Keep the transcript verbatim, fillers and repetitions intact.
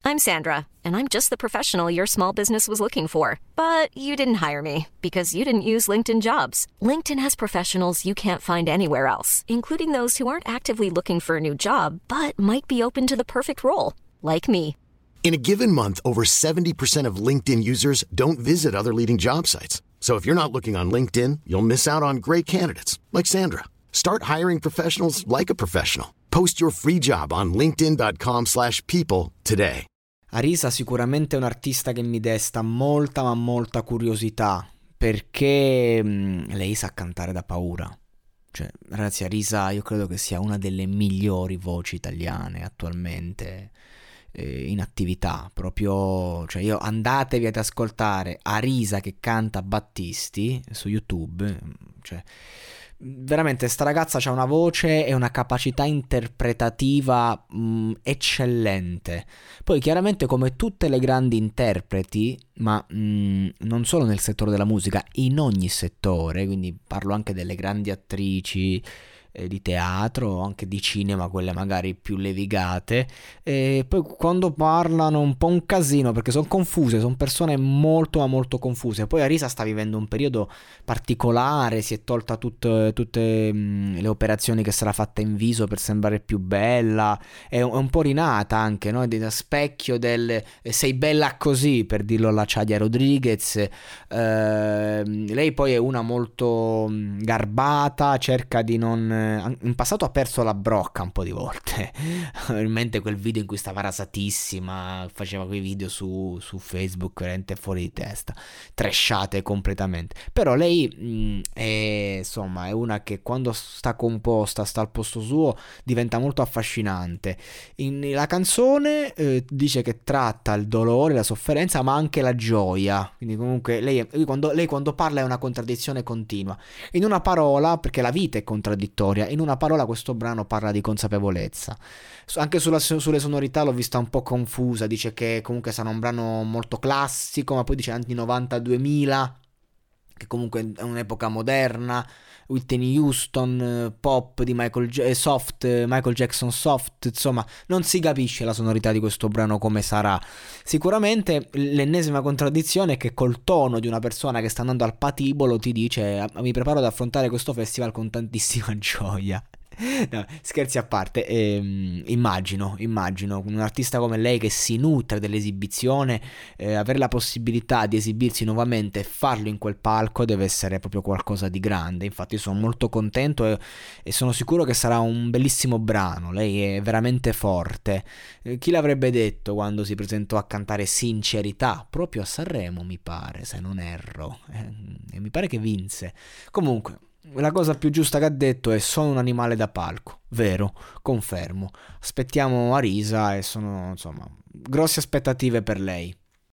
I'm Sandra, and I'm just the professional your small business was looking for. But you didn't hire me because you didn't use LinkedIn Jobs. LinkedIn has professionals you can't find anywhere else, including those who aren't actively looking for a new job, but might be open to the perfect role, like me. In a given month, over seventy percent of LinkedIn users don't visit other leading job sites. So if you're not looking on LinkedIn, you'll miss out on great candidates, like Sandra. Start hiring professionals like a professional. Post your free job on linkedin.com slash people today. Arisa sicuramente è un artista che mi desta molta ma molta curiosità, perché mh, lei sa cantare da paura. Cioè, ragazzi, Arisa io credo che sia una delle migliori voci italiane attualmente eh, in attività. Proprio, cioè, io andatevi ad ascoltare Arisa che canta Battisti su YouTube. Cioè, veramente sta ragazza c'ha una voce e una capacità interpretativa mh, eccellente. Poi chiaramente, come tutte le grandi interpreti, ma mh, non solo nel settore della musica, in ogni settore, quindi parlo anche delle grandi attrici eh, di teatro, anche di cinema, quelle magari più levigate, e poi quando parlano un po' un casino perché sono confuse, sono persone molto ma molto confuse. Poi Arisa sta vivendo un periodo particolare, si è tolta tutte, tutte mh, le operazioni che sarà fatta in viso per sembrare più bella, è un, è un po' rinata anche, no? Da specchio del eh, sei bella così, per dirlo alla Chadia Rodriguez. eh, lei poi è una molto mh, garbata, cerca di non... in passato ha perso la brocca un po' di volte. Ho in mente quel video in cui stava rasatissima, faceva quei video su, su Facebook veramente fuori di testa, trashate completamente. Però lei mh, è, insomma, è una che quando sta composta, sta al posto suo, diventa molto affascinante. In, la canzone eh, dice che tratta il dolore, la sofferenza, ma anche la gioia. Quindi comunque lei, è, quando, lei quando parla è una contraddizione continua. In una parola, perché la vita è contraddittoria, in una parola questo brano parla di consapevolezza. Anche sulla, sulle sonorità l'ho vista un po' confusa, dice che comunque sarà un brano molto classico, ma poi dice anni novanta duemila, che comunque è un'epoca moderna, Whitney Houston, pop di Michael J- soft, Michael Jackson soft, insomma non si capisce la sonorità di questo brano come sarà. Sicuramente l'ennesima contraddizione è che col tono di una persona che sta andando al patibolo ti dice mi preparo ad affrontare questo festival con tantissima gioia. No, scherzi a parte, ehm, immagino, immagino un artista come lei che si nutre dell'esibizione, eh, avere la possibilità di esibirsi nuovamente e farlo in quel palco deve essere proprio qualcosa di grande. Infatti sono molto contento e, e sono sicuro che sarà un bellissimo brano. Lei è veramente forte. Eh, chi l'avrebbe detto quando si presentò a cantare Sincerità proprio a Sanremo, mi pare, se non erro, eh, e mi pare che vinse. Comunque la cosa più giusta che ha detto è sono un animale da palco, vero, confermo. Aspettiamo Arisa e sono, insomma, grosse aspettative per lei.